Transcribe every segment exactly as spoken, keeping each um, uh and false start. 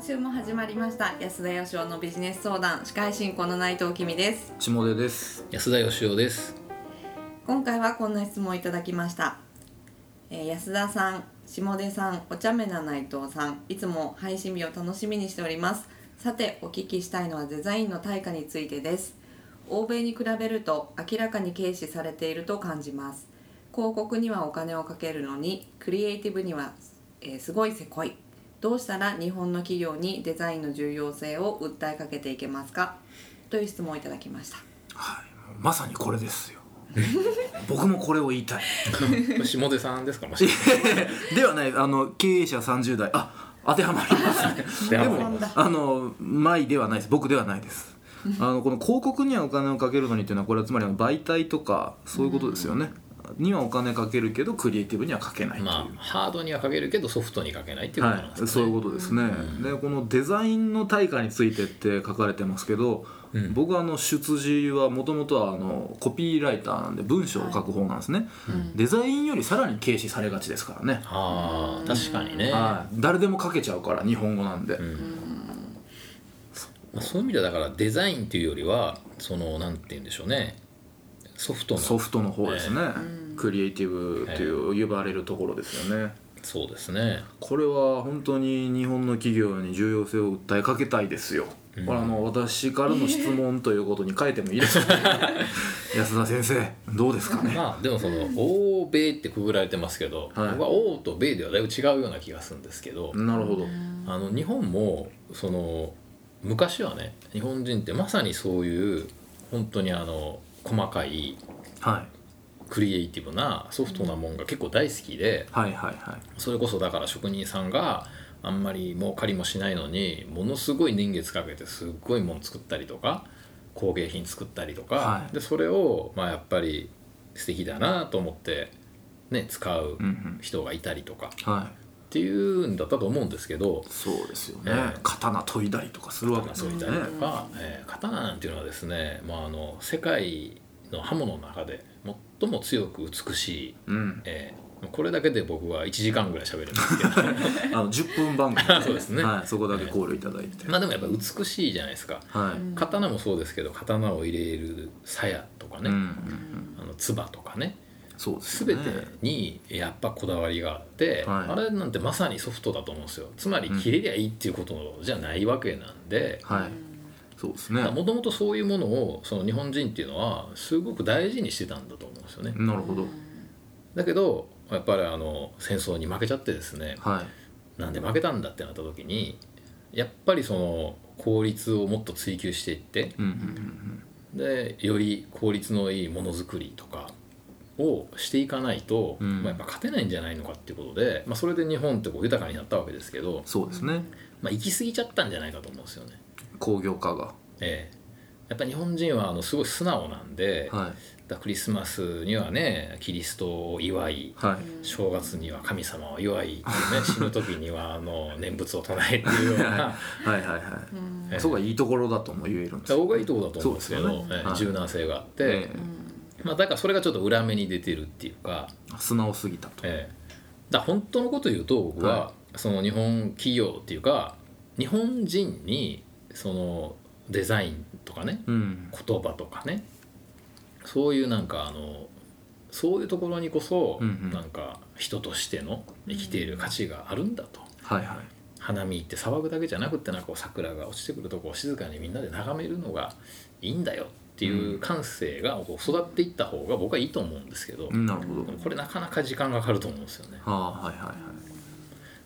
今週も始まりました安田義雄のビジネス相談、司会進行の内藤君です。 下出です。 安田義雄です。 今回はこんな質問をいただきました、えー、安田さん、下出さん、お茶目な内藤さん、いつも配信日を楽しみにしております。さてお聞きしたいのはデザインの対価についてです。欧米に比べると明らかに軽視されていると感じます。広告にはお金をかけるのにクリエイティブには、えー、すごいせこい。どうしたら日本の企業にデザインの重要性を訴えかけていけますか、という質問をいただきました。 はい、まさにこれですよ僕もこれを言いたい下出さんですか、もしではない、あの経営者さんじゅう代、あ、当てはまりますでもあの前ではないです、僕ではないですあのこの広告にはお金をかけるのにっていうのは、これはつまり媒体とかそういうことですよね。にはお金かけるけどクリエイティブにはかけないという、 まあ、ハードにはかけるけどソフトにかけないっていうことなんですね、 はい、そういうことですね、うん、でこのデザインの対価についてって書かれてますけど、うん、僕はあの出自はもともとはあのコピーライターなんで文章を書く方なんですね、はい、うん、デザインよりさらに軽視されがちですからね。 あ、確かにね、 はい、誰でも書けちゃうから日本語なんで、うん、 まあ、そういう意味ではだからデザインっていうよりはそのなんて言うんでしょうね、ソフトのソフトの方ですね、えー、クリエイティブという呼ばれるところですよね、 えー、そうですね。これは本当に日本の企業に重要性を訴えかけたいですよ、うん、これあの私からの質問ということに変えてもいいですか、ね、安田先生どうですかね。 まあでもその欧米ってくぐられてますけど、はい、僕は欧と米ではだいぶ違うような気がするんですけど、 なるほど。 あの日本もその昔はね、日本人ってまさにそういう本当にあの細かい、はい、クリエイティブなソフトなもんが結構大好きで、はいはいはい、それこそだから職人さんがあんまり儲かりもしないのにものすごい年月かけてすっごいもん作ったりとか工芸品作ったりとか、はい、でそれをまあやっぱり素敵だなと思って、ね、使う人がいたりとか、うんうん、はい、っていうんだったと思うんですけど、 そうですよね、えー、刀研いだりとかするわけですね。 刀研いだりとか、えー、刀なんていうのはですね、まあ、あの世界の刃物の中で最も強く美しい、うん、えー、これだけで僕はいちじかんぐらい喋るんですけどあのじゅっぷん番組でそうですね、 はい、そこだけ考慮いただいて、 えー、まあでもやっぱ美しいじゃないですか、はい、刀もそうですけど刀を入れる鞘とかね、うんうんうん、あの唾とかね、そうですね、全てにやっぱこだわりがあって、はい、あれなんてまさにソフトだと思うんですよ。つまり切れりゃいいっていうことじゃないわけなんで、うん、はい、そうですね、もともとそういうものをその日本人っていうのはすごく大事にしてたんだと思うんですよね。 なるほど。 だけどやっぱりあの戦争に負けちゃってですね、はい、なんで負けたんだってなった時にやっぱりその効率をもっと追求していって、うんうんうん、でより効率のいいものづくりとかをしていかないと、うん、まあ、やっぱ勝てないんじゃないのかっていうことで、まあ、それで日本ってこう豊かになったわけですけど、 そうですね、 まあ、行き過ぎちゃったんじゃないかと思うんですよね、 工業化が。 ええ、やっぱり日本人はあのすごい素直なんで、はい、だクリスマスにはねキリストを祝い、はい、正月には神様を祝いっていうね死ぬ時にはあの念仏を唱えっていうようなはいはいはい、ええ、そこがいいところだとも言えるんですよ。 僕はいいところだと思うんですけど、ね、ええ、柔軟性があって、ええ、まあ、だからそれがちょっと裏目に出てるっていうか、 素直すぎたと、 ええ、だ本当のこと言うと僕は、はい、その日本企業っていうか日本人にそのデザインとかね、うん、言葉とかね、そういうなんかあのそういうところにこそ、うんうん、なんか人としての生きている価値があるんだと、はいはい、花見って騒ぐだけじゃなくってなんかこう桜が落ちてくるとこを静かにみんなで眺めるのがいいんだよっていう感性がこう育っていった方が僕はいいと思うんですけど、うん、なるほど。これなかなか時間がかかると思うんですよね。はあ、はいはいはい、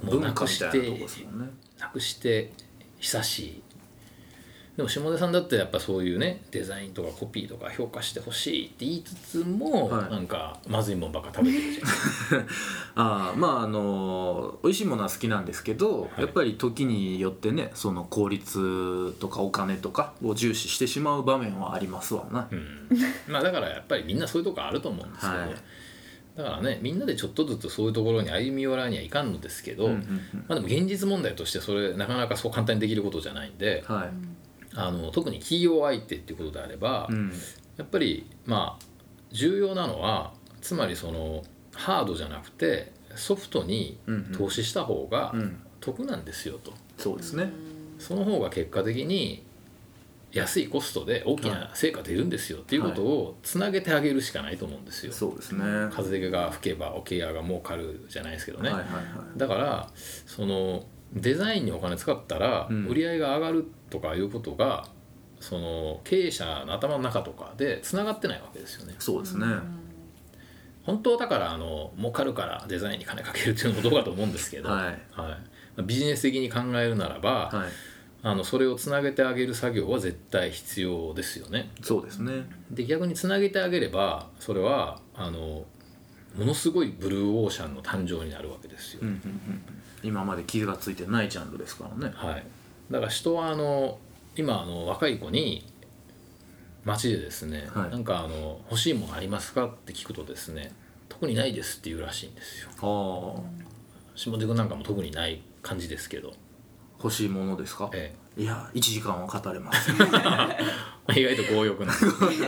もうなくして、ね、なくして久しい。でも下出さんだってやっぱそういうねデザインとかコピーとか評価してほしいって言いつつも、はい、なんかまずいもんばっか食べてるじゃんあまああの美味しいものは好きなんですけど、はい、やっぱり時によってねその効率とかお金とかを重視してしまう場面はありますわな、うん、 まあだからやっぱりみんなそういうとこあると思うんですけど、はい、だからねみんなでちょっとずつそういうところに歩み寄らにはいかんのですけど、うんうんうん、まあ、でも現実問題としてそれなかなかそう簡単にできることじゃないんで、はい、あの特に企業相手っていうことであれば、うん、やっぱりまあ重要なのはつまりそのハードじゃなくてソフトに投資した方が得なんですよと。 そうですね。 その方が結果的に安いコストで大きな成果出るんですよっていうことをつなげてあげるしかないと思うんですよ。 そうですね。 風が吹けば桶屋が儲かるじゃないですけどね、 はいはいはい、 だからそのデザインにお金使ったら売り上げが上がるとかいうことが、うん、その経営者の頭の中とかでつながってないわけですよね。 そうですね。 本当だからあの儲かるからデザインに金かけるっていうのもどうかと思うんですけど、はいはい、ビジネス的に考えるならば、はい、あのそれをつなげてあげる作業は絶対必要ですよね。 そうですね。 で逆につなげてあげればそれはあのものすごいブルーオーシャンの誕生になるわけですよ、うんうんうん、 今まで傷がついてないジャンルですからね。 はい、だから人はあの今あの若い子に街でですね、はい、なんかあの欲しいものありますかって聞くとですね、特にないですって言うらしいんですよ。あ下出君なんかも特にない感じですけど。 欲しいものですか？ええ、いやいちじかんは語れます意外と強欲な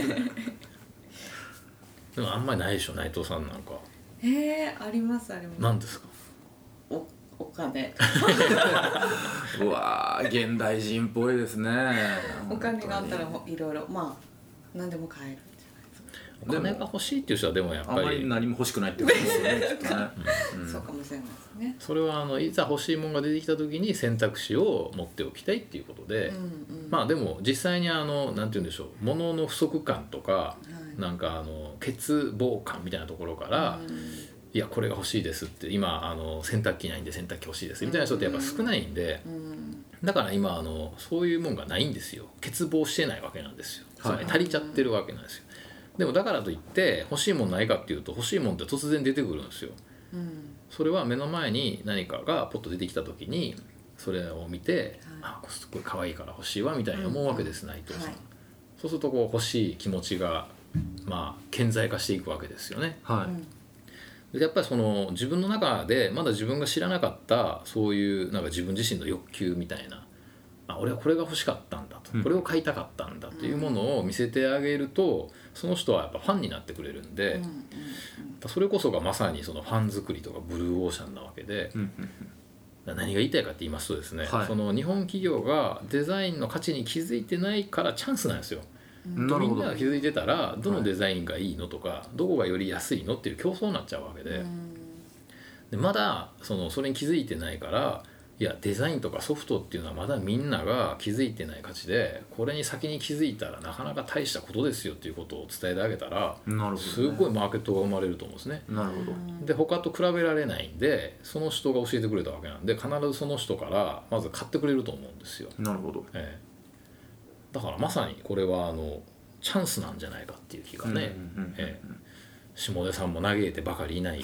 でもあんまりないでしょ内藤さんなんか。 へえ、ありますあります。 何ですか？ おお金うわー現代人っぽいですね。 お金があったらいろいろまあ何でも買える。 お金が欲しいっていう人はでもやっぱりあんまり何も欲しくないってことですよねきっとね、 うん、そうかもしれないですね。 それはあのいざ欲しいものが出てきた時に選択肢を持っておきたいっていうことで、うんうん、まあでも実際にあのなんて言うんでしょう、物の不足感とか、はい、なんかあの欠乏感みたいなところから、うん、いやこれが欲しいですって今あの洗濯機ないんで洗濯機欲しいですみたいな人ってやっぱ少ないんで、うんうん、だから今あのそういうもんがないんですよ。欠乏してないわけなんですよ。つまり足りちゃってるわけなんですよ。でもだからといって欲しいもんないかっていうと欲しいもんって突然出てくるんですよ、うん、それは目の前に何かがポッと出てきた時にそれを見て、はい、あすごい可愛いから欲しいわみたいに思うわけです、うん、内藤さん、はい、そうするとこう欲しい気持ちがまあ顕在化していくわけですよね、はい、でやっぱりその自分の中でまだ自分が知らなかったそういうなんか自分自身の欲求みたいな、あ俺はこれが欲しかったんだと、うん、これを買いたかったんだというものを見せてあげるとその人はやっぱファンになってくれるんで、うんうんうん、それこそがまさにそのファン作りとかブルーオーシャンなわけで、うんうんうん、何が言いたいかって言いますとですね、はい、その日本企業がデザインの価値に気づいてないからチャンスなんですよ、うん、みんなが気づいてたらどのデザインがいいのとか、はい、どこがより安いのっていう競争になっちゃうわけで、うん、でまだそのそれに気づいてないからいやデザインとかソフトっていうのはまだみんなが気づいてない価値でこれに先に気づいたらなかなか大したことですよっていうことを伝えてあげたら、ね、すごいマーケットが生まれると思うんですね。なるほど。で他と比べられないんでその人が教えてくれたわけなんで必ずその人からまず買ってくれると思うんですよ。 なるほど、 えー、だからまさにこれはあのチャンスなんじゃないかっていう気がね、えー、下出さんも嘆いてばかりいない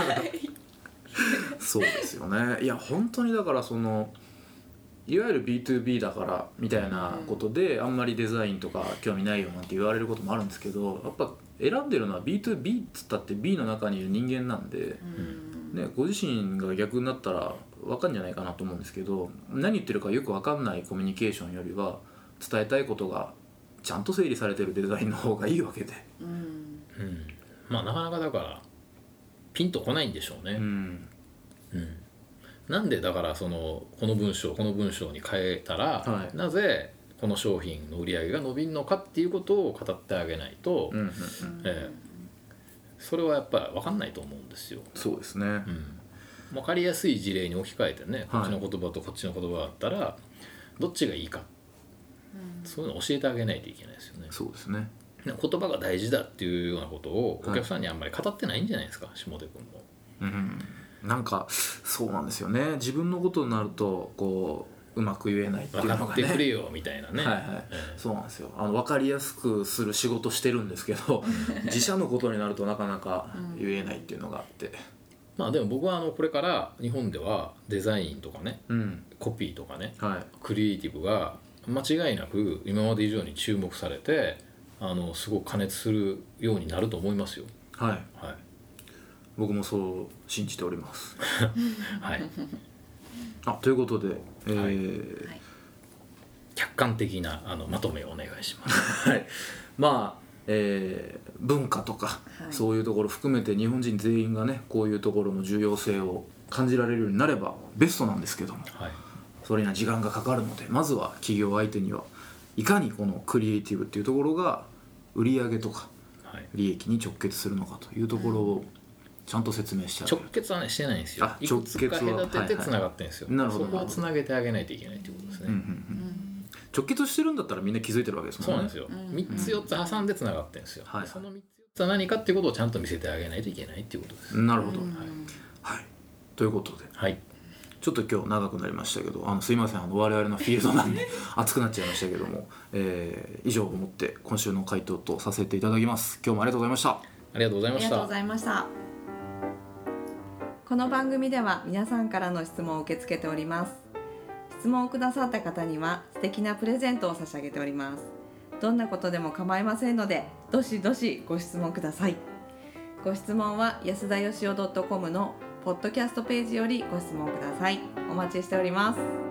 そうですよね。いや本当にだからそのいわゆる ビーツービー だからみたいなことであんまりデザインとか興味ないよなんて言われることもあるんですけど、やっぱ選んでるのは ビーツービー っつったって B の中にいる人間なんで、ね、ご自身が逆になったら分かるんじゃないかなと思うんですけど、何言ってるかよく分かんないコミュニケーションよりは伝えたいことがちゃんと整理されてるデザインの方がいいわけで、うん、うん、 まあなかなかだからピンとこないんでしょうね、うんうん、なんでだからそのこの文章この文章に変えたら、はい、なぜこの商品の売り上げが伸びるのかっていうことを語ってあげないと、うんうんうんえー、それはやっぱり分かんないと思うんですよ。 そうですね、うん、 分かりやすい事例に置き換えてね、こっちの言葉とこっちの言葉だったらどっちがいいか、うん、そういうのを教えてあげないといけないですよね。 そうですね。 言葉が大事だっていうようなことをお客さんにあんまり語ってないんじゃないですか、はい、下出君も。 うんなんかそうなんですよね。自分のことになるとこううまく言えないっていうのがね。 分かってくれよみたいなね。 はいはい、えー、そうなんですよ。あの分かりやすくする仕事してるんですけど自社のことになるとなかなか言えないっていうのがあって、うん、 まあでも僕はあのこれから日本ではデザインとかね、うん、コピーとかね、はい、クリエイティブが間違いなく今まで以上に注目されてあのすごく加熱するようになると思いますよ。 はい、はい、僕もそう信じておりますはい、 あということで、えーはい、客観的なあのまとめをお願いしますはい、まあ、えー、文化とか、はい、そういうところ含めて日本人全員がねこういうところの重要性を感じられるようになればベストなんですけども、 はい、 それには時間がかかるので、まずは企業相手にはいかにこのクリエイティブっていうところが売上とか利益に直結するのかというところをちゃんと説明してあげる。 直結はねしてないんですよ。いくつか隔ててつながってるんですよ、はいはい、そこをつなげてあげないといけないということですね、うんうんうん、 直結してるんだったらみんな気づいてるわけですもんね。 そうなんですよ、みっつよっつ挟んでつながってるんですよ、はい、そのみっつよっつは何かっていうことをちゃんと見せてあげないといけないっていうことです。 なるほど、はいはい、ということで、 はい、 ちょっと今日長くなりましたけど、あのすいません、あの我々のフィールドなんで熱くなっちゃいましたけども、えー、以上をもって今週の回答とさせていただきます。今日もありがとうございました。 ありがとうございました。 ありがとうございました。この番組では皆さんからの質問を受け付けております。質問をくださった方には素敵なプレゼントを差し上げております。どんなことでも構いませんので、どしどしご質問ください。ご質問は安田よしお .com のポッドキャストページよりご質問ください。お待ちしております。